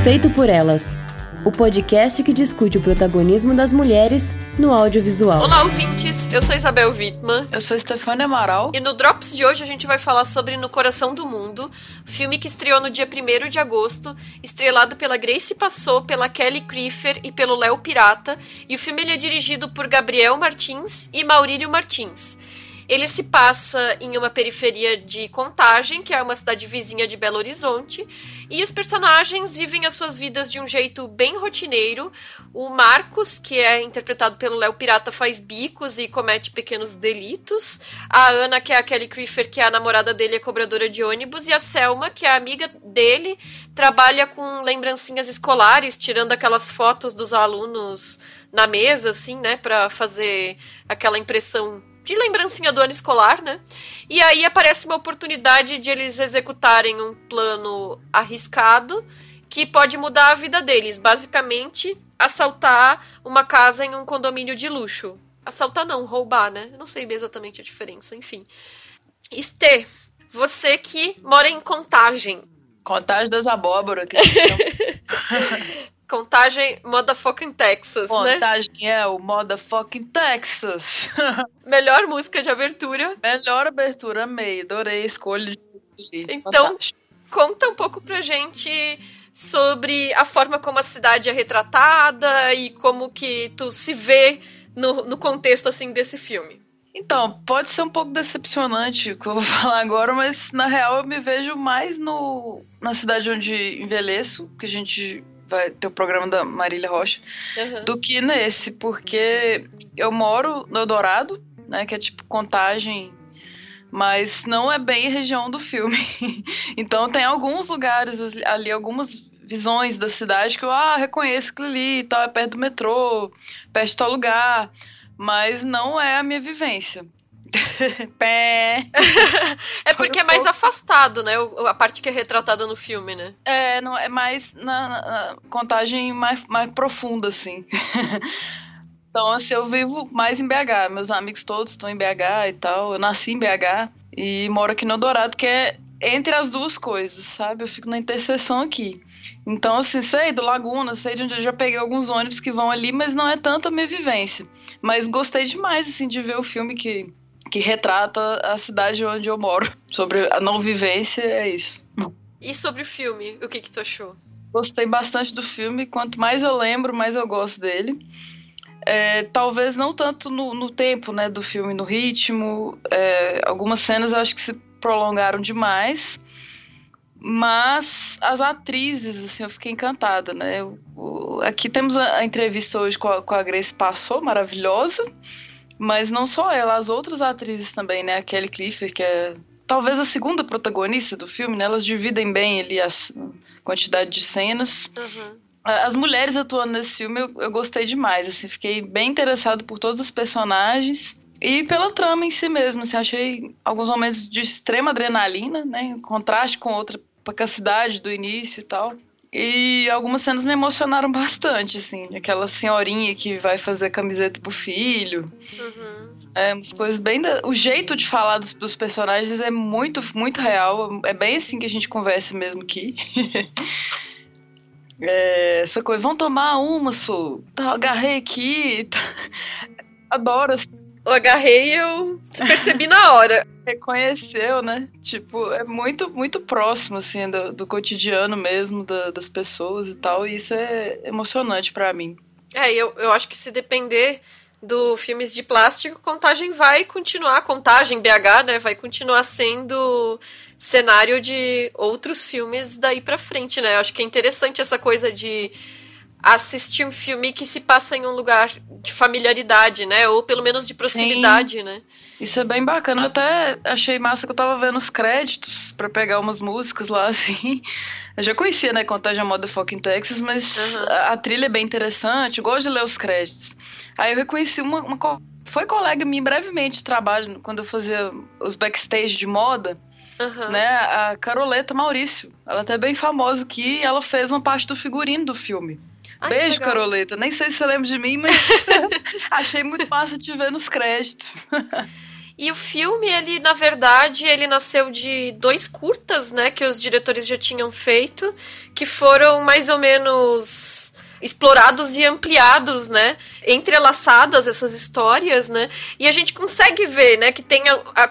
Feito por Elas, o podcast que discute o protagonismo das mulheres no audiovisual. Olá, ouvintes! Eu sou Isabel Wittmann. Eu sou Stefania Amaral. E no Drops de hoje a gente vai falar sobre No Coração do Mundo, filme que estreou no dia 1º de agosto, estrelado pela Grace Passot, pela Kelly Creefer e pelo Léo Pirata. E o filme ele é dirigido por Gabriel Martins e Maurílio Martins. Ele se passa em uma periferia de Contagem, que é uma cidade vizinha de Belo Horizonte, e os personagens vivem as suas vidas de um jeito bem rotineiro. O Marcos, que é interpretado pelo Léo Pirata, faz bicos e comete pequenos delitos. A Ana, que é a Kelly Creefer, que é a namorada dele, é cobradora de ônibus. E a Selma, que é a amiga dele, trabalha com lembrancinhas escolares, tirando aquelas fotos dos alunos na mesa, assim, né, pra fazer aquela impressão de lembrancinha do ano escolar, né? E aí aparece uma oportunidade de eles executarem um plano arriscado que pode mudar a vida deles. Basicamente, assaltar uma casa em um condomínio de luxo. Assaltar não, roubar, né? Eu não sei exatamente a diferença, enfim. Estê, você que mora em Contagem. Contagem das abóboras. Que chama. Contagem, motherfucking Texas, né? Contagem é o motherfucking Texas. Melhor música de abertura. Melhor abertura, amei. Adorei a escolha. Então, fantástico. Conta um pouco pra gente sobre a forma como a cidade é retratada e como que tu se vê no contexto, assim, desse filme. Então, pode ser um pouco decepcionante o que eu vou falar agora, mas na real eu me vejo mais na cidade onde envelheço, que a gente vai ter o programa da Marília Rocha, do que nesse, porque eu moro no Eldorado, né, que é tipo Contagem, mas não é bem a região do filme. Então tem alguns lugares ali, algumas visões da cidade que eu reconheço aquilo ali e tal, é perto do metrô, perto de tal lugar, mas não é a minha vivência. Pé. É porque é mais afastado, né? A parte que é retratada no filme, né? É, não, é mais na Contagem mais profunda, assim. Então, assim, eu vivo mais em BH. Meus amigos todos estão em BH e tal. Eu nasci em BH e moro aqui no Eldorado, que é entre as duas coisas, sabe? Eu fico na interseção aqui. Então, assim, sei do Laguna, sei de onde eu já peguei alguns ônibus que vão ali, mas não é tanto a minha vivência. Mas gostei demais, assim, de ver o filme que retrata a cidade onde eu moro. Sobre a não vivência, é isso. E sobre o filme, o que tu achou? Gostei bastante do filme. Quanto mais eu lembro, mais eu gosto dele. Talvez não tanto no tempo, né, do filme, no ritmo. Algumas cenas eu acho que se prolongaram demais. Mas as atrizes, assim, eu fiquei encantada, né? Aqui temos a entrevista hoje com a Grace Passot, maravilhosa. Mas não só ela, as outras atrizes também, né? A Kelly Creefer, que é talvez a segunda protagonista do filme, né? Elas dividem bem ali a quantidade de cenas. Uhum. As mulheres atuando nesse filme eu gostei demais, assim, fiquei bem interessada por todos os personagens e pela trama em si mesmo, assim, achei alguns momentos de extrema adrenalina, né? Em contraste com a cidade do início e tal. E algumas cenas me emocionaram bastante, assim. Aquela senhorinha que vai fazer camiseta pro filho. Uhum. Umas coisas bem... O jeito de falar dos personagens é muito, muito real. É bem assim que a gente conversa mesmo aqui. Essa coisa, vamos tomar uma, Su. Tá, agarrei aqui. Adoro, assim. Eu agarrei, eu percebi na hora. Reconheceu, né? Tipo, é muito, muito próximo, assim, do cotidiano mesmo, das pessoas e tal, e isso é emocionante pra mim. Eu acho que se depender do filmes de plástico, Contagem vai continuar, Contagem BH, né, vai continuar sendo cenário de outros filmes daí pra frente, né? Eu acho que é interessante essa coisa de assistir um filme que se passa em um lugar de familiaridade, né? Ou pelo menos de proximidade, Sim. né? Isso é bem bacana. Eu até achei massa que eu tava vendo os créditos pra pegar umas músicas lá, assim. Eu já conhecia, né, Contagion Motherfucking Texas, mas a trilha é bem interessante. Eu gosto de ler os créditos. Aí eu reconheci foi colega minha brevemente de trabalho, quando eu fazia os backstage de moda, né? A Caroleta Maurício. Ela é até bem famosa aqui e ela fez uma parte do figurino do filme. Beijo, Caroleta. Nem sei se você lembra de mim, mas achei muito massa te ver nos créditos. E o filme, ele, na verdade, ele nasceu de 2 curtas, né, que os diretores já tinham feito, que foram mais ou menos explorados e ampliados, né, entrelaçadas essas histórias, né, e a gente consegue ver, né, que tem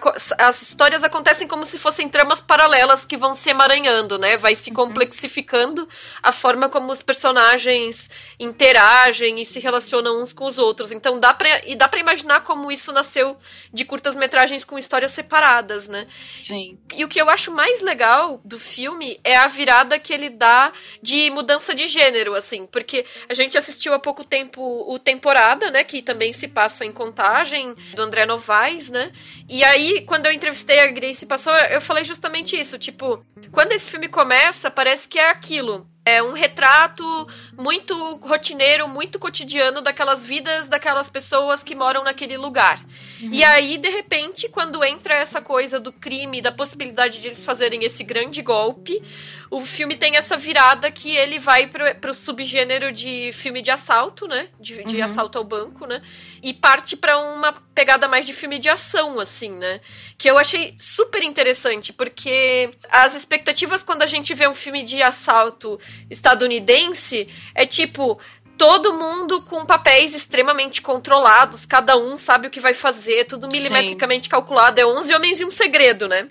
as histórias acontecem como se fossem tramas paralelas que vão se emaranhando, né, vai se complexificando a forma como os personagens interagem e se relacionam uns com os outros, então dá pra imaginar como isso nasceu de curtas-metragens com histórias separadas, né. Sim. E o que eu acho mais legal do filme é a virada que ele dá de mudança de gênero, assim, porque a gente assistiu há pouco tempo o Temporada, né, que também se passa em Contagem, do André Novaes, né, e aí, quando eu entrevistei a Grace Passou, eu falei justamente isso, tipo, quando esse filme começa, parece que é aquilo. É um retrato muito rotineiro, muito cotidiano daquelas vidas, daquelas pessoas que moram naquele lugar. E aí, de repente, quando entra essa coisa do crime, da possibilidade de eles fazerem esse grande golpe, o filme tem essa virada que ele vai pro subgênero de filme de assalto, né? De assalto ao banco, né? E parte pra uma pegada mais de filme de ação, assim, né? Que eu achei super interessante, porque as expectativas quando a gente vê um filme de assalto estadunidense é tipo todo mundo com papéis extremamente controlados, cada um sabe o que vai fazer, tudo milimetricamente calculado, é 11 Homens e um Segredo, né?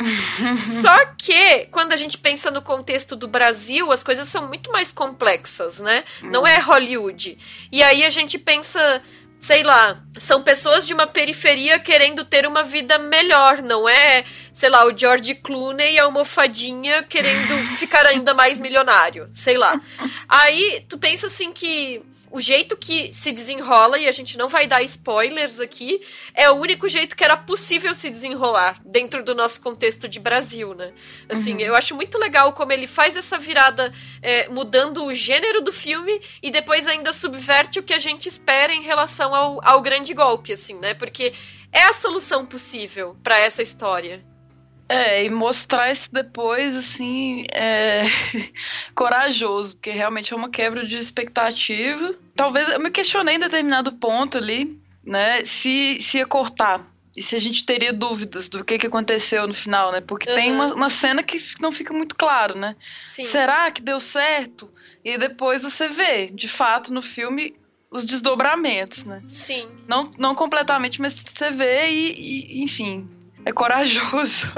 Só que, quando a gente pensa no contexto do Brasil, as coisas são muito mais complexas, né? Não é Hollywood. E aí a gente pensa, sei lá, são pessoas de uma periferia querendo ter uma vida melhor, não é, sei lá, o George Clooney e a almofadinha querendo ficar ainda mais milionário, sei lá. Aí tu pensa assim que o jeito que se desenrola, e a gente não vai dar spoilers aqui, é o único jeito que era possível se desenrolar dentro do nosso contexto de Brasil, né? Assim, eu acho muito legal como ele faz essa virada mudando o gênero do filme e depois ainda subverte o que a gente espera em relação ao grande golpe, assim, né? Porque é a solução possível pra essa história. E mostrar isso depois, assim, corajoso, porque realmente é uma quebra de expectativa. Talvez eu me questionei em determinado ponto ali, né, se ia cortar. E se a gente teria dúvidas do que aconteceu no final, né? Porque tem uma cena que não fica muito claro, né? Sim. Será que deu certo? E depois você vê, de fato, no filme, os desdobramentos, né? Sim. Não completamente, mas você vê e enfim... É corajoso.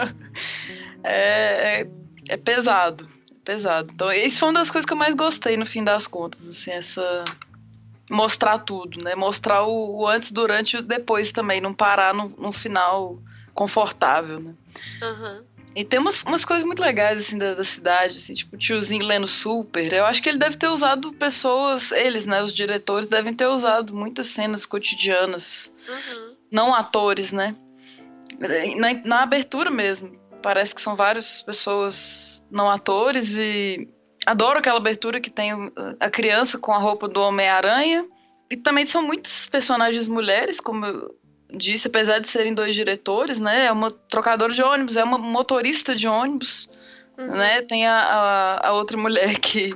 É pesado. Pesado. Então, isso foi uma das coisas que eu mais gostei no fim das contas. Assim, mostrar tudo, né? Mostrar o antes, durante e o depois também. Não parar no final confortável, né? E tem umas coisas muito legais, assim, da cidade. Assim, tipo, o tiozinho lendo super. Eu acho que ele deve ter usado eles, né? Os diretores devem ter usado muitas cenas cotidianas. Não atores, né? Na abertura mesmo, parece que são várias pessoas não atores e adoro aquela abertura que tem a criança com a roupa do Homem-Aranha e também são muitas personagens mulheres, como eu disse, apesar de serem 2 diretores, né, é uma trocadora de ônibus, é uma motorista de ônibus, né, tem a outra mulher que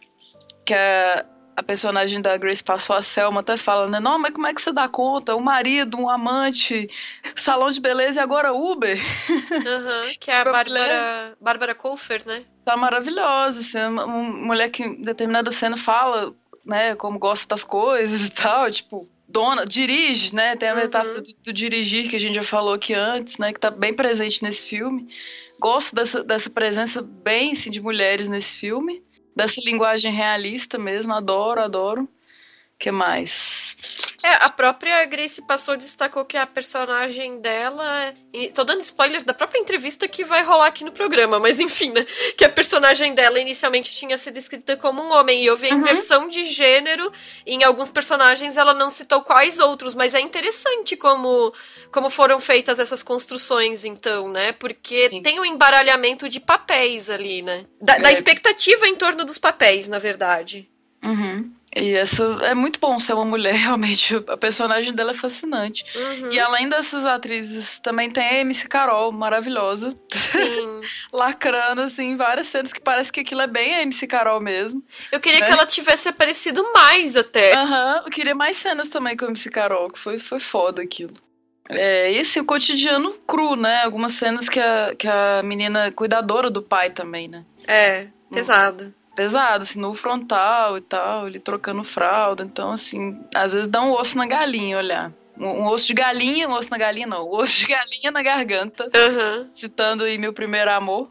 a personagem da Grace Passou, a Selma, até fala, né? Não, mas como é que você dá conta? O marido, um amante, salão de beleza e agora Uber. Que é a Bárbara Colfer, né? Tá maravilhosa. Assim, uma mulher que em determinada cena fala, né? Como gosta das coisas e tal. Tipo, dirige, né? Tem a metáfora do dirigir que a gente já falou aqui antes, né? Que tá bem presente nesse filme. Gosto dessa presença bem, assim, de mulheres nesse filme. Dessa linguagem realista mesmo, adoro. O que mais? A própria Grace Passou destacou que a personagem dela... Tô dando spoiler da própria entrevista que vai rolar aqui no programa, mas enfim, né? Que a personagem dela inicialmente tinha sido escrita como um homem, e houve a inversão de gênero. Em alguns personagens ela não citou quais outros, mas é interessante como foram feitas essas construções, então, né? Porque tem um embaralhamento de papéis ali, né? Da expectativa em torno dos papéis, na verdade. E essa é muito bom ser uma mulher, realmente. A personagem dela é fascinante. E além dessas atrizes, também tem a MC Carol, maravilhosa. Sim. Lacrando, assim, várias cenas que parece que aquilo é bem a MC Carol mesmo. Eu queria que ela tivesse aparecido mais até. Eu queria mais cenas também com a MC Carol, que foi foda aquilo. E assim, o cotidiano cru, né? Algumas cenas que a menina cuidadora do pai também, né? Pesado. Pesado, assim, no frontal e tal, ele trocando fralda. Então, assim, às vezes dá um osso na galinha olhar. Um osso de galinha, um osso na galinha não, um osso de galinha na garganta. Citando aí Meu Primeiro Amor.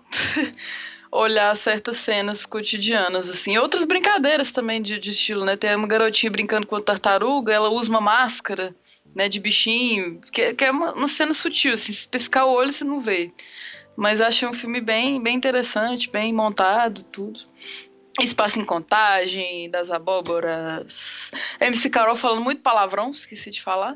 Olhar certas cenas cotidianas, assim. Outras brincadeiras também de estilo, né? Tem uma garotinha brincando com a tartaruga, ela usa uma máscara, né, de bichinho, que é uma cena sutil, assim, se piscar o olho você não vê. Mas achei um filme bem, bem interessante, bem montado, tudo. Espaço em Contagem, das Abóboras. MC Carol falando muito palavrão, esqueci de falar.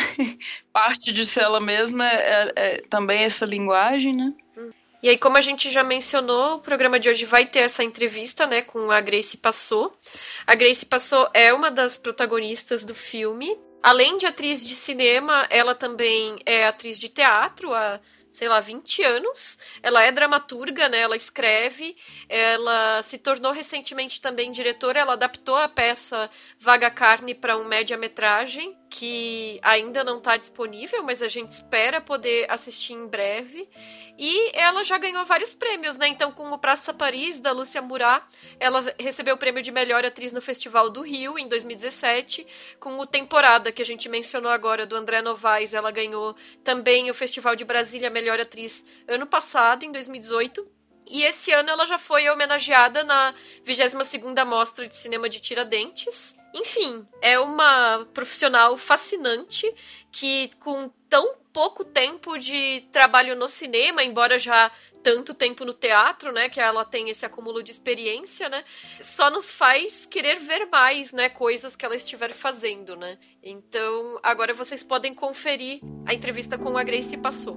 Parte de ser ela mesma é também essa linguagem, né? E aí, como a gente já mencionou, o programa de hoje vai ter essa entrevista, né, com a Grace Passot. A Grace Passot é uma das protagonistas do filme. Além de atriz de cinema, ela também é atriz de teatro há, 20 anos. Ela é dramaturga, né? Ela escreve. Ela se tornou recentemente também diretora. Ela adaptou a peça Vaga Carne para um média-metragem, que ainda não está disponível, mas a gente espera poder assistir em breve. E ela já ganhou vários prêmios, né? Então, com o Praça Paris, da Lúcia Murat, ela recebeu o prêmio de melhor atriz no Festival do Rio, em 2017. Com o Temporada, que a gente mencionou agora, do André Novaes, ela ganhou também o Festival de Brasília melhor atriz ano passado, em 2018. E esse ano ela já foi homenageada na 22ª Mostra de Cinema de Tiradentes. Enfim, é uma profissional fascinante que, com tão pouco tempo de trabalho no cinema, embora já tanto tempo no teatro, né, que ela tem esse acúmulo de experiência, né, só nos faz querer ver mais, né, coisas que ela estiver fazendo, né. Então, agora vocês podem conferir a entrevista com a Grace Passot.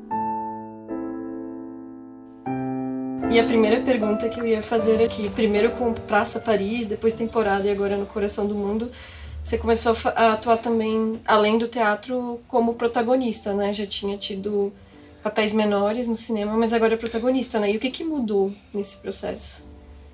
E a primeira pergunta que eu ia fazer aqui, primeiro com Praça Paris, depois Temporada e agora No Coração do Mundo, você começou a atuar também, além do teatro, como protagonista, né? Já tinha tido papéis menores no cinema, mas agora é protagonista, né? E o que mudou nesse processo?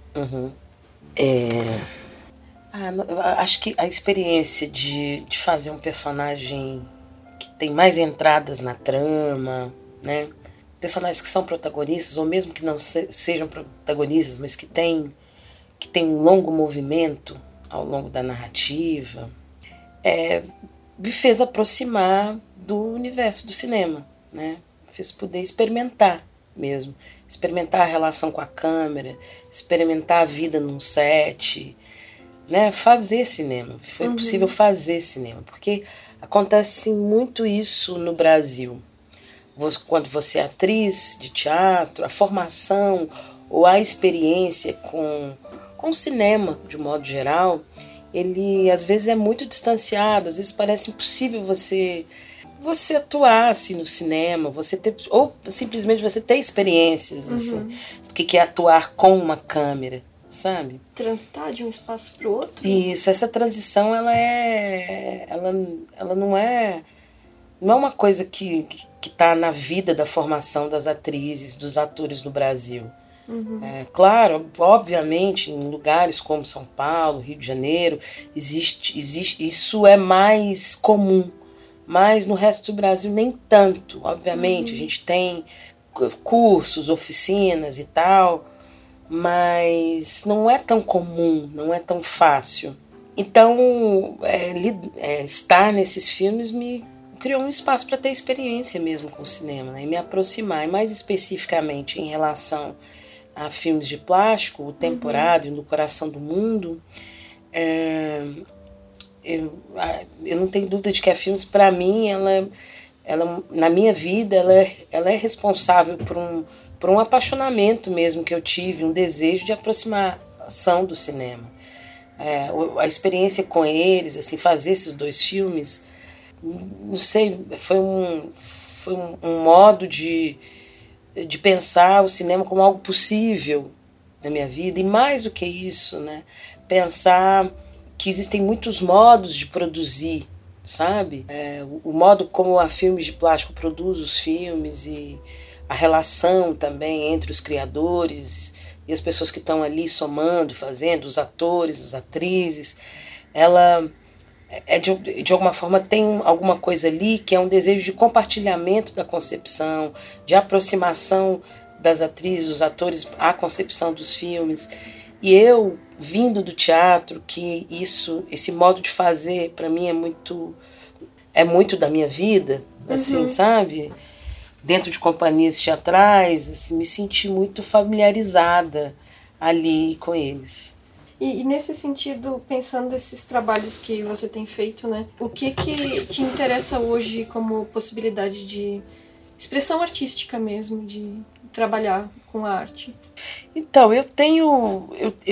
Acho que a experiência de fazer um personagem que tem mais entradas na trama, né? Personagens que são protagonistas, ou mesmo que não sejam protagonistas, mas que tem um longo movimento ao longo da narrativa, me fez aproximar do universo do cinema, né? Me fez poder experimentar mesmo, experimentar a relação com a câmera, experimentar a vida num set, né? Fazer cinema. Foi possível fazer cinema, porque acontece muito isso no Brasil. Quando você é atriz de teatro, a formação ou a experiência com cinema, de modo geral, ele às vezes é muito distanciado, às vezes parece impossível você atuar assim, no cinema, você ter, ou simplesmente você ter experiências assim, do que é atuar com uma câmera, sabe? Transitar de um espaço para o outro. Isso, essa transição ela não é uma coisa que está na vida da formação das atrizes, dos atores no Brasil. Claro, obviamente, em lugares como São Paulo, Rio de Janeiro, existe isso é mais comum, mas no resto do Brasil nem tanto. Obviamente, a gente tem cursos, oficinas e tal, mas não é tão comum, não é tão fácil. Então, estar nesses filmes me criou um espaço para ter experiência mesmo com o cinema, né? E me aproximar, e mais especificamente em relação a filmes de plástico, o Temporada e No Coração do Mundo, eu não tenho dúvida de que a Filmes, para mim, ela na minha vida, ela é responsável por um apaixonamento mesmo que eu tive, um desejo de aproximação do cinema. A experiência com eles, assim, fazer esses 2 filmes, não sei, foi um modo de pensar o cinema como algo possível na minha vida, e mais do que isso, né? Pensar que existem muitos modos de produzir, sabe? O modo como a Filmes de Plástico produz os filmes e a relação também entre os criadores e as pessoas que estão ali somando, fazendo, os atores, as atrizes, ela de alguma forma tem alguma coisa ali que é um desejo de compartilhamento da concepção, de aproximação das atrizes, dos atores à concepção dos filmes. E eu, vindo do teatro, que esse modo de fazer para mim é muito da minha vida, assim, sabe? Dentro de companhias teatrais, assim, me senti muito familiarizada ali com eles. E nesse sentido, pensando esses trabalhos que você tem feito, né? O que te interessa hoje como possibilidade de expressão artística mesmo, de trabalhar com a arte? Então, eu tenho...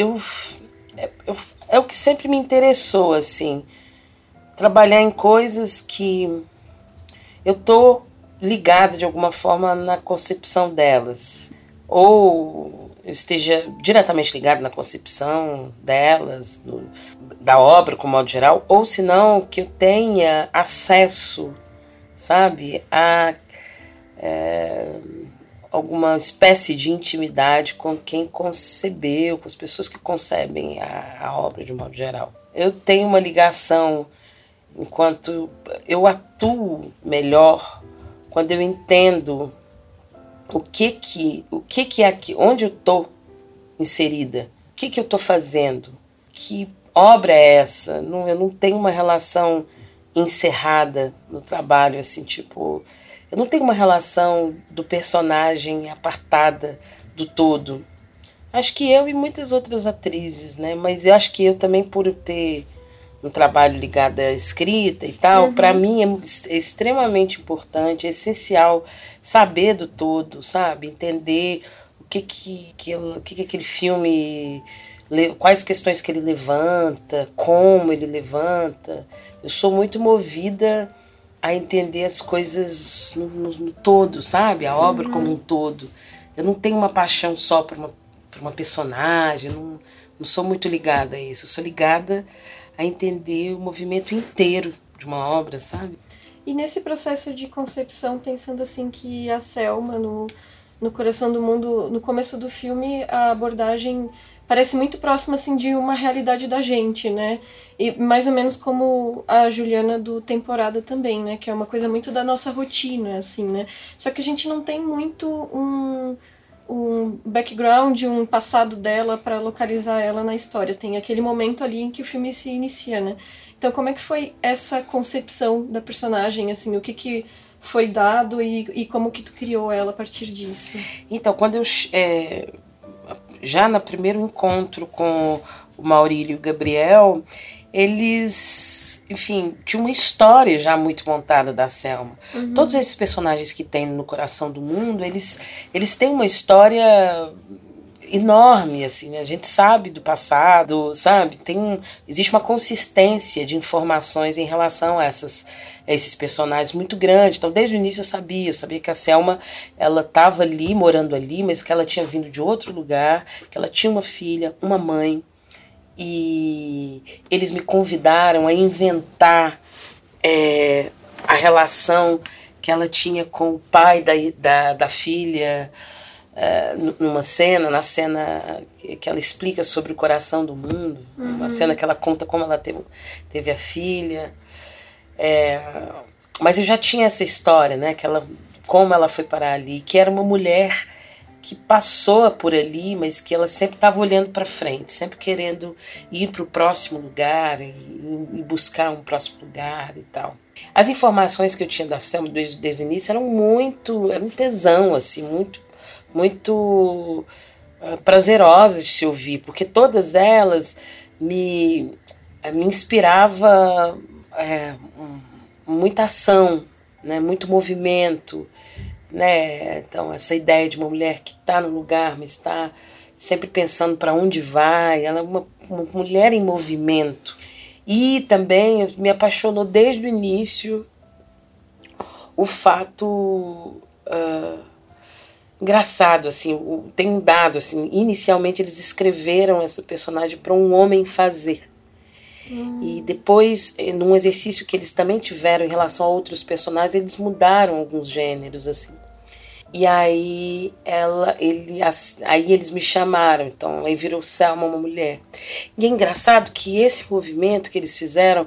é o que sempre me interessou, assim. Trabalhar em coisas que eu tô ligada de alguma forma na concepção delas. Ou eu esteja diretamente ligado na concepção delas, da obra, como modo geral, ou se não, que eu tenha acesso, sabe, a alguma espécie de intimidade com quem concebeu, com as pessoas que concebem a obra de um modo geral. Eu tenho uma ligação, enquanto eu atuo melhor, quando eu entendo o que é aqui, onde eu estou inserida, o que eu estou fazendo, que obra é essa. Eu não tenho uma relação encerrada no trabalho, assim, tipo, eu não tenho uma relação do personagem apartada do todo. Acho que eu e muitas outras atrizes, né? Mas eu acho que eu também, por ter um trabalho ligado à escrita e tal, para mim é extremamente importante, é essencial saber do todo, sabe? Entender o que aquele filme, quais questões que ele levanta, como ele levanta. Eu sou muito movida a entender as coisas no todo, sabe? A obra como um todo. Eu não tenho uma paixão só por uma personagem, não sou muito ligada a isso. Eu sou ligada a entender o movimento inteiro de uma obra, sabe? E nesse processo de concepção, pensando assim que a Selma, no Coração do Mundo, no começo do filme, a abordagem parece muito próxima assim, de uma realidade da gente, né? E mais ou menos como a Juliana do Temporada também, né? Que é uma coisa muito da nossa rotina, assim, né? Só que a gente não tem muito um background, um passado dela para localizar ela na história. Tem aquele momento ali em que o filme se inicia, né? Então, como é que foi essa concepção da personagem, assim, o que foi dado e como que tu criou ela a partir disso? Então, quando eu... já no primeiro encontro com o Maurílio e o Gabriel, eles, enfim, tinham uma história já muito montada da Selma. Todos esses personagens que tem no Coração do Mundo, eles têm uma história enorme, assim, a gente sabe do passado, sabe? Existe uma consistência de informações em relação a esses personagens muito grande. Então, desde o início eu sabia que a Selma, ela estava ali, morando ali, mas que ela tinha vindo de outro lugar, que ela tinha uma filha, uma mãe, e eles me convidaram a inventar a relação que ela tinha com o pai da filha, na cena que ela explica sobre o coração do mundo, uma cena que ela conta como ela teve a filha. Mas eu já tinha essa história, né, como ela foi parar ali, que era uma mulher que passou por ali, mas que ela sempre estava olhando para frente, sempre querendo ir para o próximo lugar e buscar um próximo lugar e tal. As informações que eu tinha da Selma desde o início eram um tesão, assim, muito prazerosas de se ouvir, porque todas elas me inspirava muita ação, né, muito movimento, né? Então, essa ideia de uma mulher que está no lugar, mas está sempre pensando para onde vai, ela é uma mulher em movimento. E também me apaixonou desde o início o fato engraçado, assim, tem um dado, assim, inicialmente eles escreveram essa personagem para um homem fazer. E depois, num exercício que eles também tiveram em relação a outros personagens, eles mudaram alguns gêneros, assim. E aí eles me chamaram, então aí virou Selma uma mulher. E é engraçado que esse movimento que eles fizeram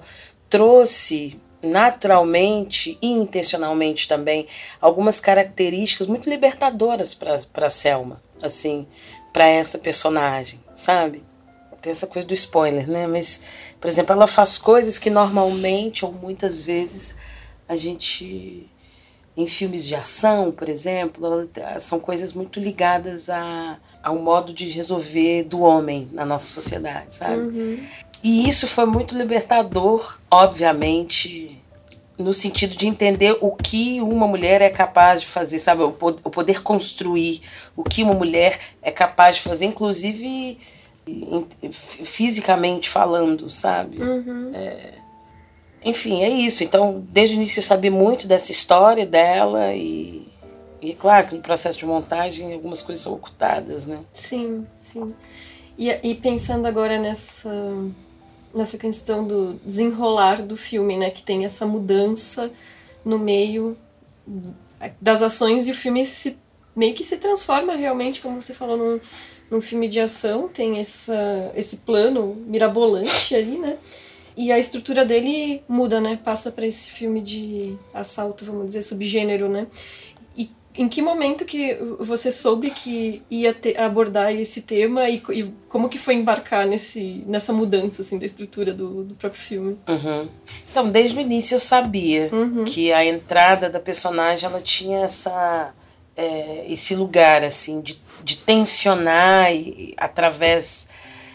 trouxe naturalmente e intencionalmente também algumas características muito libertadoras para Selma, assim, para essa personagem, sabe? Tem essa coisa do spoiler, né? Mas, por exemplo, ela faz coisas que normalmente ou muitas vezes a gente, em filmes de ação, por exemplo, são coisas muito ligadas ao modo de resolver do homem na nossa sociedade, sabe? Uhum. E isso foi muito libertador, obviamente, no sentido de entender o que uma mulher é capaz de fazer, sabe? O poder construir o que uma mulher é capaz de fazer, inclusive fisicamente falando, sabe? Uhum. Enfim, é isso. Então, desde o início eu sabia muito dessa história dela e claro que no processo de montagem algumas coisas são ocultadas, né? Sim, sim. E pensando agora nessa questão do desenrolar do filme, né? Que tem essa mudança no meio das ações e o filme meio que se transforma realmente, como você falou, num filme de ação. Tem esse plano mirabolante ali, né? E a estrutura dele muda, né? Passa para esse filme de assalto, vamos dizer, subgênero, né? E em que momento que você soube que ia abordar esse tema e como que foi embarcar nessa mudança, assim, da estrutura do próprio filme? Uhum. Então, desde o início eu sabia que a entrada da personagem, ela tinha esse lugar, assim, de tensionar através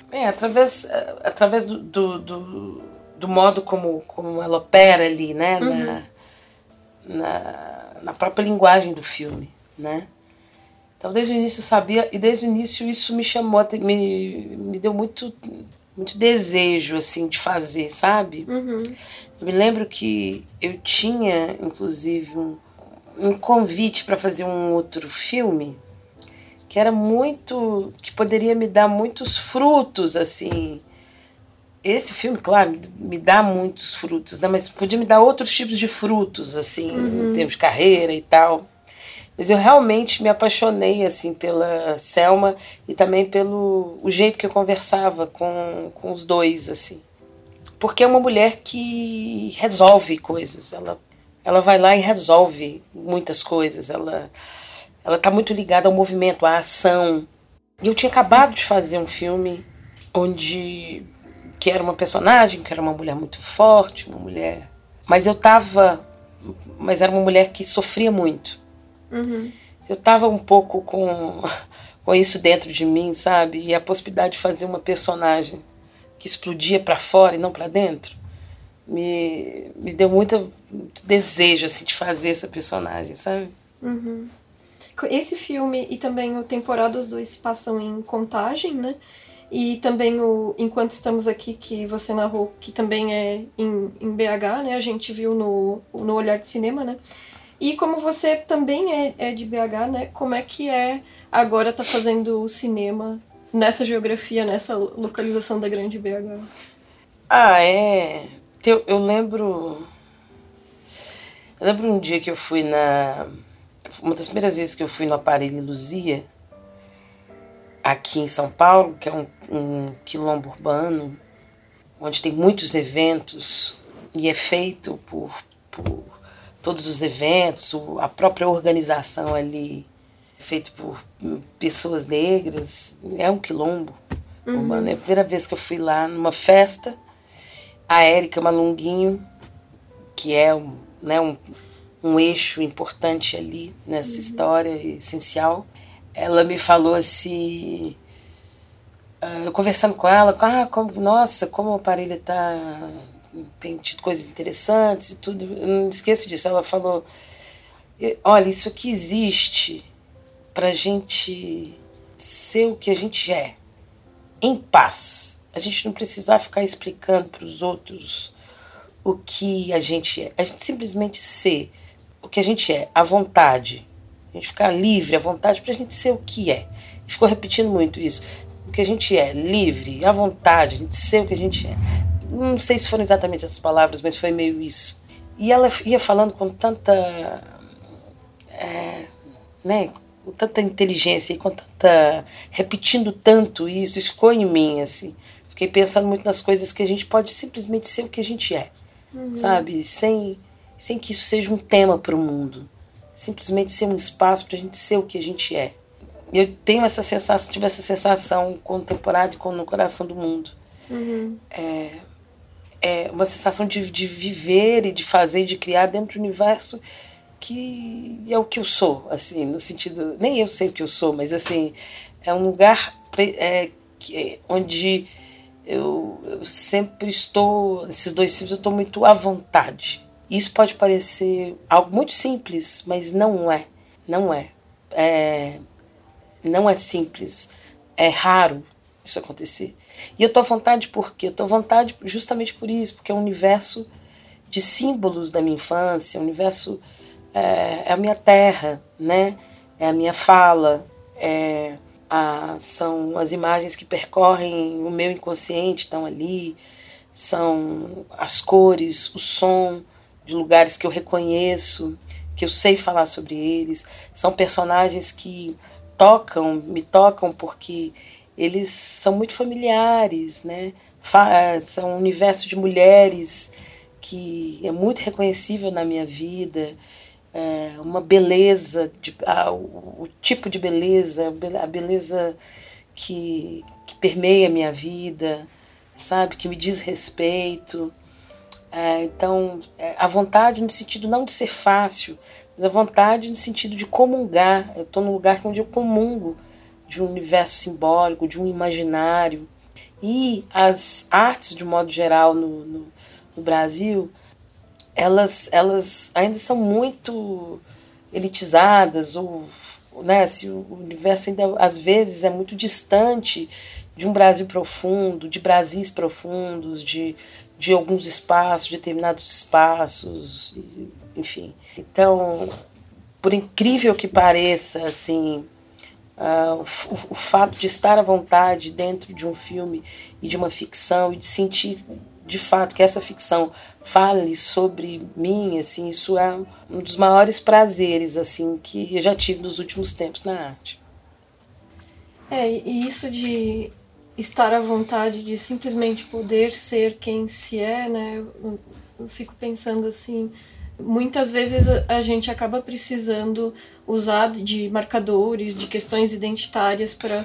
do modo como ela opera ali, né? Na própria linguagem do filme, né? Então, desde o início eu sabia, e desde o início isso me chamou, me deu muito, muito desejo, assim, de fazer, sabe? Eu me lembro que eu tinha, inclusive, um convite para fazer um outro filme que poderia me dar muitos frutos, assim. Esse filme, claro, me dá muitos frutos, né? Mas podia me dar outros tipos de frutos, assim, em termos de carreira e tal. Mas eu realmente me apaixonei, assim, pela Selma e também pelo o jeito que eu conversava com os dois, assim. Porque é uma mulher que resolve coisas. Ela vai lá e resolve muitas coisas. Ela está muito ligada ao movimento, à ação. E eu tinha acabado de fazer um filme que era uma personagem, que era uma mulher muito forte, uma mulher... Mas era uma mulher que sofria muito. Eu estava um pouco com isso dentro de mim, sabe? E a possibilidade de fazer uma personagem que explodia para fora e não para dentro me deu muito desejo, assim, de fazer essa personagem, sabe? Esse filme e também o Temporada, os dois se passam em Contagem, né? E também o Enquanto Estamos Aqui, que você narrou, que também é em BH, né? A gente viu no Olhar de Cinema, né? E como você também é de BH, né? Como é que agora tá fazendo o cinema nessa geografia, nessa localização da grande BH? Eu lembro um dia que eu fui uma das primeiras vezes que eu fui no Aparelho Luzia, aqui em São Paulo, que é um quilombo urbano, onde tem muitos eventos e é feito por todos os eventos, a própria organização ali, feito por pessoas negras, é um quilombo urbano. É a primeira vez que eu fui lá numa festa, a Érica Malunguinho, que é um eixo importante ali nessa história, essencial, ela me falou assim, eu conversando com ela, como o Aparelho tem tido coisas interessantes e tudo, eu não esqueço disso. Ela falou, olha, isso aqui existe pra gente ser o que a gente é, em paz. A gente não precisar ficar explicando para os outros o que a gente é. A gente simplesmente ser o que a gente é, à vontade. A gente ficar livre, à vontade, pra gente ser o que é. E ficou repetindo muito isso. O que a gente é, livre, à vontade, a gente ser o que a gente é. Não sei se foram exatamente essas palavras, mas foi meio isso. E ela ia falando com tanta... com tanta inteligência e repetindo tanto isso ficou em mim, assim. Fiquei pensando muito nas coisas que a gente pode simplesmente ser o que a gente é. sabe? Sem que isso seja um tema para o mundo. Simplesmente ser um espaço para a gente ser o que a gente é. Eu tenho essa sensação, tive essa sensação contemporânea no Coração do Mundo. É uma sensação de viver e de fazer e de criar dentro de um universo que é o que eu sou, assim, no sentido, nem eu sei o que eu sou, mas assim, é um lugar onde eu sempre estou, nesses 2 filmes eu estou muito à vontade. Isso pode parecer algo muito simples, mas não é. Não é. Não é simples. É raro isso acontecer. E eu estou à vontade por quê? Eu estou à vontade justamente por isso, porque é um universo de símbolos da minha infância, um universo é a minha terra, né? É a minha fala, são as imagens que percorrem o meu inconsciente, estão ali, são as cores, o som de lugares que eu reconheço, que eu sei falar sobre eles, são personagens que me tocam porque eles são muito familiares, né? São um universo de mulheres que é muito reconhecível na minha vida, uma beleza, o tipo de beleza, a beleza que permeia a minha vida, sabe? Que me diz respeito. Então, a vontade no sentido não de ser fácil, mas a vontade no sentido de comungar. Eu estou num lugar onde eu comungo de um universo simbólico, de um imaginário. E as artes, de modo geral, no Brasil, elas ainda são muito elitizadas, ou, né, se o universo ainda às vezes é muito distante de um Brasil profundo, de Brasis profundos, de alguns espaços, determinados espaços, enfim. Então, por incrível que pareça, assim, o fato de estar à vontade dentro de um filme e de uma ficção e de sentir de fato que essa ficção fale sobre mim, assim, isso é um dos maiores prazeres, assim, que eu já tive nos últimos tempos na arte. E isso de estar à vontade, de simplesmente poder ser quem se é, né? Eu fico pensando assim, muitas vezes a gente acaba precisando usar de marcadores, de questões identitárias para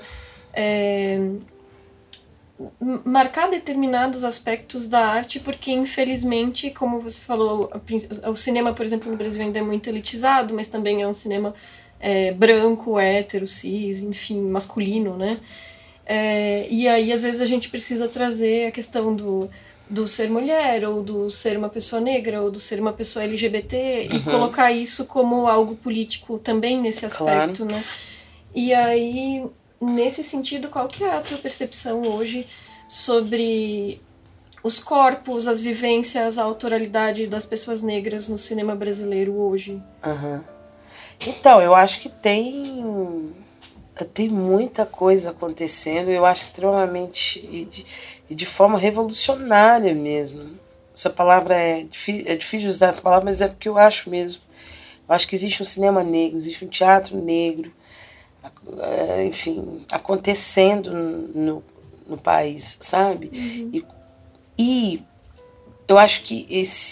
marcar determinados aspectos da arte, porque infelizmente, como você falou, o cinema, por exemplo, no Brasil ainda é muito elitizado, mas também é um cinema branco, hétero, cis, enfim, masculino, né? E aí, às vezes, a gente precisa trazer a questão do ser mulher, ou do ser uma pessoa negra, ou do ser uma pessoa LGBT, e colocar isso como algo político também nesse aspecto, claro, né? E aí, nesse sentido, qual que é a tua percepção hoje sobre os corpos, as vivências, a autoralidade das pessoas negras no cinema brasileiro hoje? Então, eu acho que tem muita coisa acontecendo, eu acho extremamente, de forma revolucionária mesmo. Essa palavra é difícil usar essa palavra, mas é porque eu acho mesmo. Eu acho que existe um cinema negro, existe um teatro negro, enfim, acontecendo no país, sabe? E eu acho que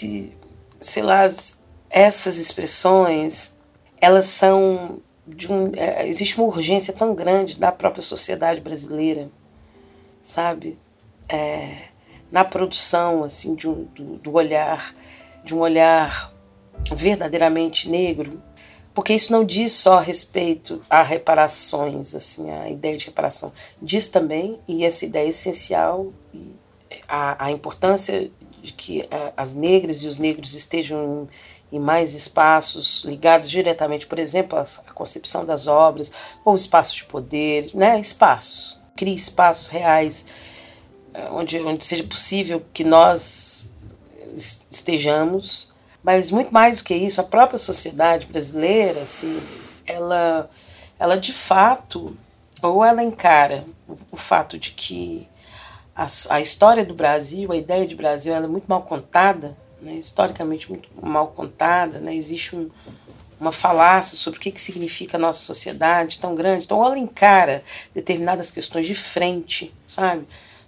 essas expressões, elas são existe uma urgência tão grande da própria sociedade brasileira, sabe? Na produção, assim, do olhar, de um olhar verdadeiramente negro, porque isso não diz só respeito a reparações, assim, a ideia de reparação, diz também, e essa ideia é essencial, a importância de que as negras e os negros estejam em mais espaços ligados diretamente, por exemplo, à concepção das obras, ou espaços de poder, né? Espaços. Crie espaços reais onde seja possível que nós estejamos. Mas muito mais do que isso, a própria sociedade brasileira, assim, ela de fato, ou ela encara o fato de que a história do Brasil, a ideia de Brasil, ela é muito mal contada, né, historicamente muito mal contada, né, existe uma falácia sobre o que significa a nossa sociedade tão grande. Então ela encara determinadas questões de frente, sabe?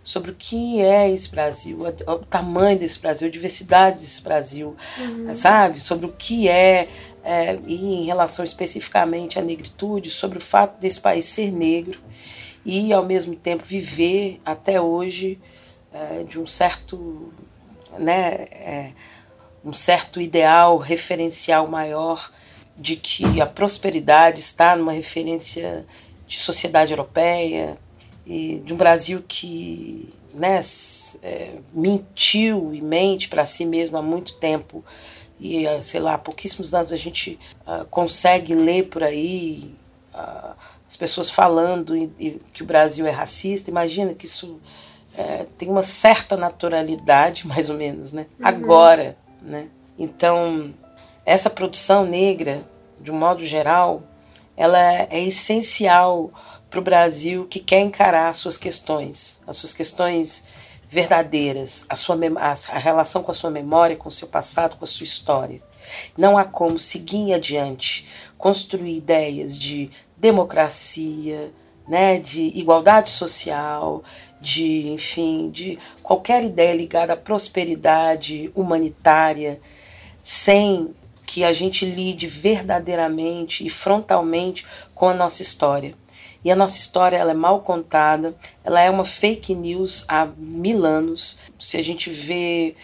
sobre o que é esse Brasil, o tamanho desse Brasil, a diversidade desse Brasil, sabe? Sobre o que e em relação especificamente à negritude, sobre o fato desse país ser negro e, ao mesmo tempo, viver até hoje de um certo, né, um certo ideal referencial maior de que a prosperidade está numa referência de sociedade europeia e de um Brasil que, né, mentiu e mente para si mesmo há muito tempo. E, sei lá, há pouquíssimos anos a gente consegue ler por aí as pessoas falando que o Brasil é racista. Imagina que isso tem uma certa naturalidade, mais ou menos, né? Agora, né? Então, essa produção negra, de um modo geral, ela é essencial para o Brasil que quer encarar as suas questões verdadeiras, a relação com a sua memória, com o seu passado, com a sua história. Não há como seguir adiante, construir ideias de democracia, né, de igualdade social, enfim, de qualquer ideia ligada à prosperidade humanitária, sem que a gente lide verdadeiramente e frontalmente com a nossa história. E a nossa história, ela é mal contada, ela é uma fake news há 1000 anos. Se a gente vê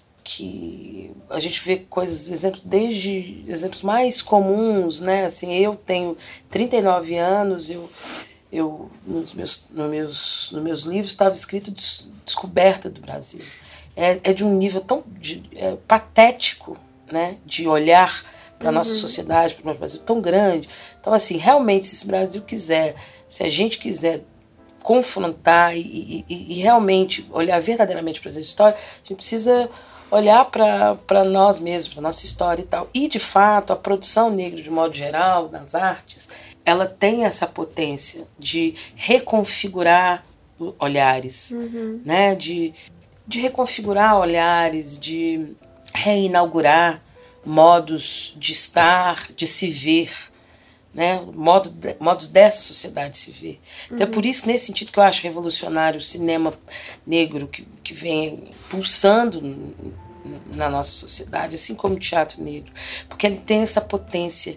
exemplos mais comuns, né? Assim, eu tenho 39 anos, nos meus livros estava escrito Descoberta do Brasil. É de um nível tão patético, né? De olhar para a nossa sociedade, para o nosso Brasil tão grande. Então, assim, realmente, se a gente quiser confrontar e realmente olhar verdadeiramente para essa história, a gente precisa olhar para nós mesmos, para a nossa história e tal. E, de fato, a produção negra, de modo geral, nas artes, ela tem essa potência de reconfigurar olhares, né? De reconfigurar olhares, de reinaugurar modos de estar, de se ver, né? Modos dessa sociedade se ver. Então é por isso, nesse sentido, que eu acho revolucionário o cinema negro que vem pulsando na nossa sociedade, assim como o teatro negro, porque ele tem essa potência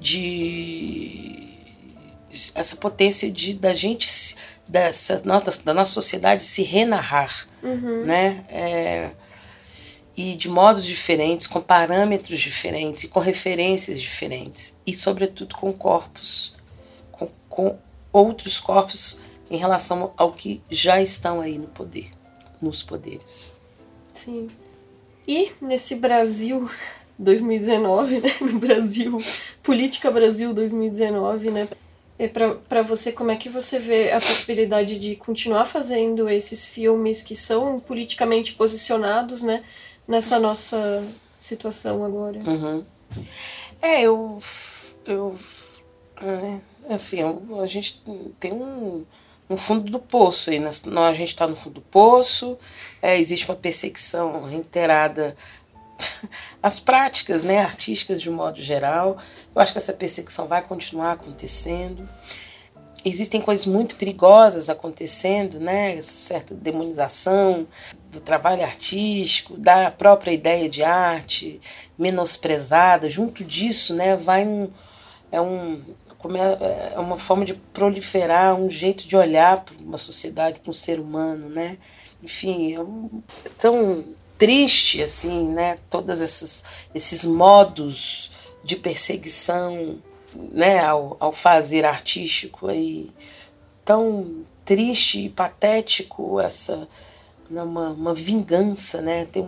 da nossa sociedade se renarrar, né? E de modos diferentes, com parâmetros diferentes e com referências diferentes. E, sobretudo, com corpos, com outros corpos em relação ao que já estão aí no poder, nos poderes. Sim. E nesse Brasil 2019, né? No Brasil, Política Brasil 2019, né? Para você, como é que você vê a possibilidade de continuar fazendo esses filmes que são politicamente posicionados, né? Nessa nossa situação agora? A gente tem um fundo do poço aí, a gente está no fundo do poço, existe uma perseguição reiterada às práticas, né, artísticas de um modo geral. Eu acho que essa perseguição vai continuar acontecendo. Existem coisas muito perigosas acontecendo, né? Essa certa demonização do trabalho artístico, da própria ideia de arte menosprezada. Junto disso, né, vai uma forma de proliferar um jeito de olhar para uma sociedade, para um ser humano, né? Enfim, é tão triste, assim, né? Todos esses modos de perseguição, né, ao fazer artístico aí, tão triste e patético uma vingança, né? Tem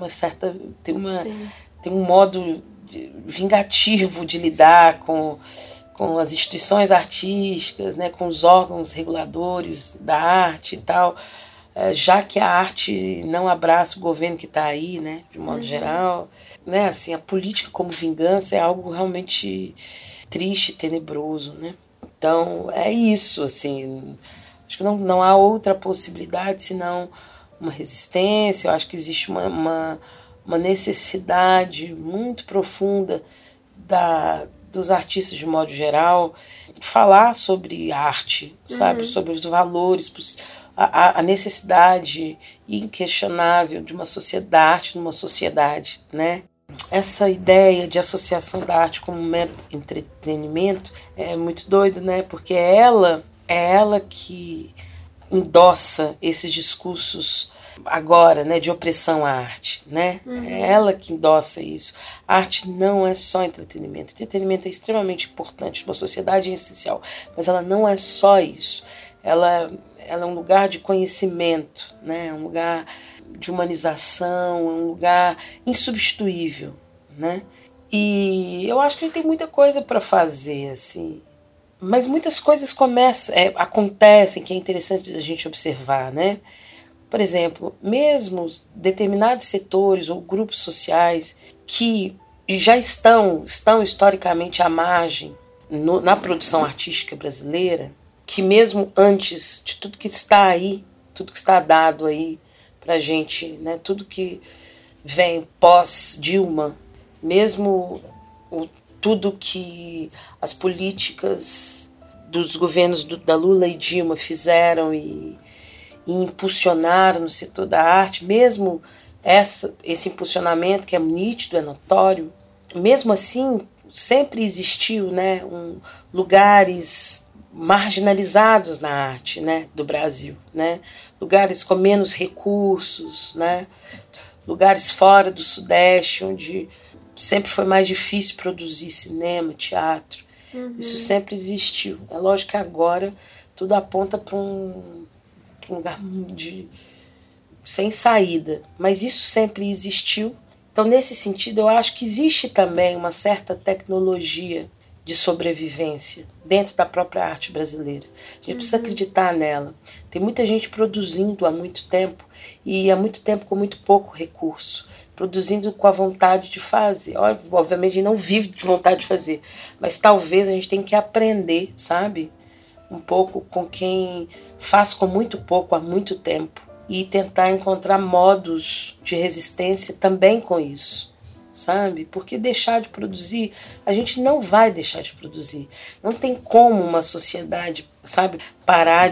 um modo vingativo de lidar com as instituições artísticas, né, com os órgãos reguladores da arte e tal, já que a arte não abraça o governo que está aí, né, de modo geral, né, assim, a política como vingança é algo realmente triste, tenebroso, né? Então é isso, assim, acho que não há outra possibilidade senão uma resistência. Eu acho que existe uma necessidade muito profunda dos artistas de modo geral, falar sobre arte, sabe? Sobre os valores, a necessidade inquestionável de uma sociedade, numa sociedade, né? Essa ideia de associação da arte como um mero entretenimento é muito doido, né? Porque é ela que endossa esses discursos agora, né, de opressão à arte, né? É ela que endossa isso. A arte não é só entretenimento. Entretenimento é extremamente importante numa sociedade, é essencial, mas ela não é só isso. Ela é um lugar de conhecimento, né? É um lugar de humanização, é um lugar insubstituível, né? E eu acho que a gente tem muita coisa para fazer, assim. Mas muitas coisas acontecem que é interessante a gente observar, né? Por exemplo, mesmo determinados setores ou grupos sociais que já estão historicamente à margem na produção artística brasileira, que mesmo antes de tudo que está aí, tudo que está dado aí pra gente, né, tudo que vem pós-Dilma, mesmo tudo que as políticas dos governos da Lula e Dilma fizeram e impulsionaram no setor da arte, mesmo esse impulsionamento que é nítido, é notório, mesmo assim sempre existiu, né, lugares marginalizados na arte, né, do Brasil, né, lugares com menos recursos, né, lugares fora do Sudeste, onde sempre foi mais difícil produzir cinema, teatro. Isso sempre existiu. É lógico que agora tudo aponta para um lugar sem saída, mas isso sempre existiu. Então, nesse sentido, eu acho que existe também uma certa tecnologia de sobrevivência dentro da própria arte brasileira. A gente precisa acreditar nela. Tem muita gente produzindo há muito tempo, e há muito tempo com muito pouco recurso, produzindo com a vontade de fazer. Obviamente a gente não vive de vontade de fazer, mas talvez a gente tenha que aprender, sabe? Um pouco com quem faz com muito pouco há muito tempo e tentar encontrar modos de resistência também com isso, sabe? Porque deixar de produzir, a gente não vai deixar de produzir. Não tem como uma sociedade, sabe, parar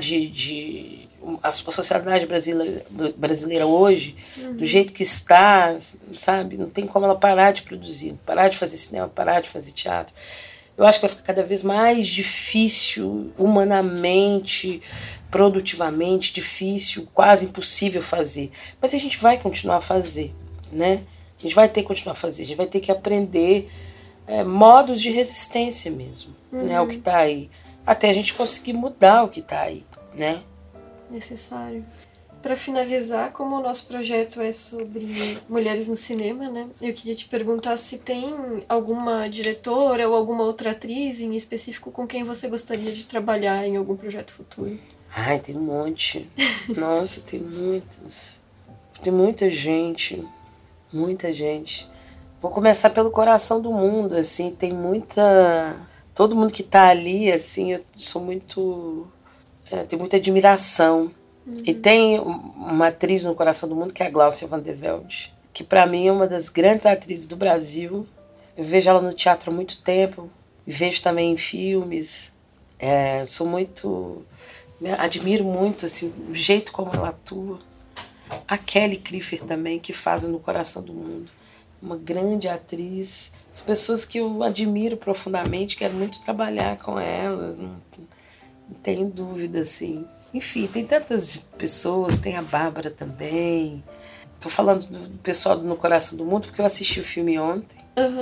a sociedade brasileira hoje, do jeito que está, sabe? Não tem como ela parar de produzir, parar de fazer cinema, parar de fazer teatro. Eu acho que vai ficar cada vez mais difícil, humanamente, produtivamente, difícil, quase impossível fazer. Mas a gente vai continuar a fazer, né? A gente vai ter que continuar a fazer, a gente vai ter que aprender modos de resistência mesmo, né? O que está aí. Até a gente conseguir mudar o que está aí, né? Necessário. Para finalizar, como o nosso projeto é sobre mulheres no cinema, né? Eu queria te perguntar se tem alguma diretora ou alguma outra atriz em específico com quem você gostaria de trabalhar em algum projeto futuro. Ai, tem um monte. Nossa, tem muitos. Tem muita gente. Muita gente. Vou começar pelo Coração do Mundo, assim, tem muita... Todo mundo que tá ali, assim, eu sou muito... tenho muita admiração. E tem uma atriz no Coração do Mundo que é a Gláucia Van der Velde, que para mim é uma das grandes atrizes do Brasil. Eu vejo ela no teatro há muito tempo, vejo também em filmes. Sou muito... admiro muito assim, o jeito como ela atua. A Kelly Clifford também, que faz No Coração do Mundo. Uma grande atriz. As pessoas que eu admiro profundamente, quero muito trabalhar com elas, não tenho dúvida, assim. Enfim, tem tantas pessoas, tem a Bárbara também. Estou falando do pessoal do No Coração do Mundo, porque eu assisti o filme ontem.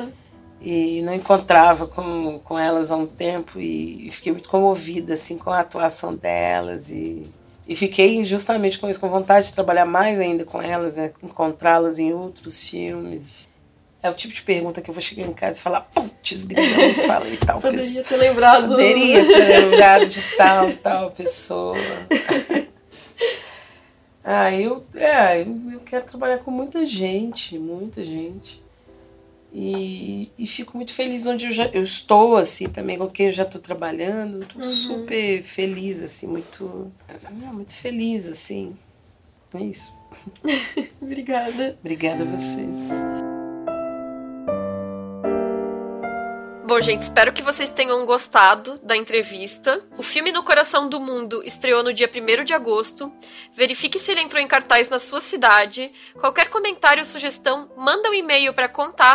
E não encontrava com elas há um tempo e fiquei muito comovida assim, com a atuação delas e fiquei justamente com isso, com vontade de trabalhar mais ainda com elas, né? Encontrá-las em outros filmes. É o tipo de pergunta que eu vou chegar em casa e falar, putz, grila, me fala e tal Poderia pessoa. ter lembrado. Poderia ter lembrado de tal pessoa. Eu quero trabalhar com muita gente. E fico muito feliz onde eu estou, assim, também com quem eu já estou trabalhando. Estou super feliz, assim, muito feliz, assim. É isso. Obrigada. Obrigada a você. Bom, Bom, gente, espero que vocês tenham gostado da entrevista. O filme No Coração do Mundo estreou no dia 1º de agosto. Verifique se ele entrou em cartaz na sua cidade. Qualquer comentário ou sugestão, manda um e-mail para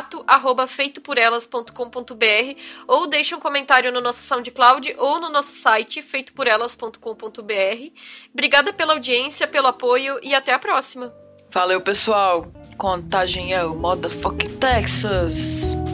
contato@feitoporelas.com.br ou deixe um comentário no nosso SoundCloud ou no nosso site feitoporelas.com.br. Obrigada pela audiência, pelo apoio e até a próxima. Valeu, pessoal. Contagem é o motherfucking Texas.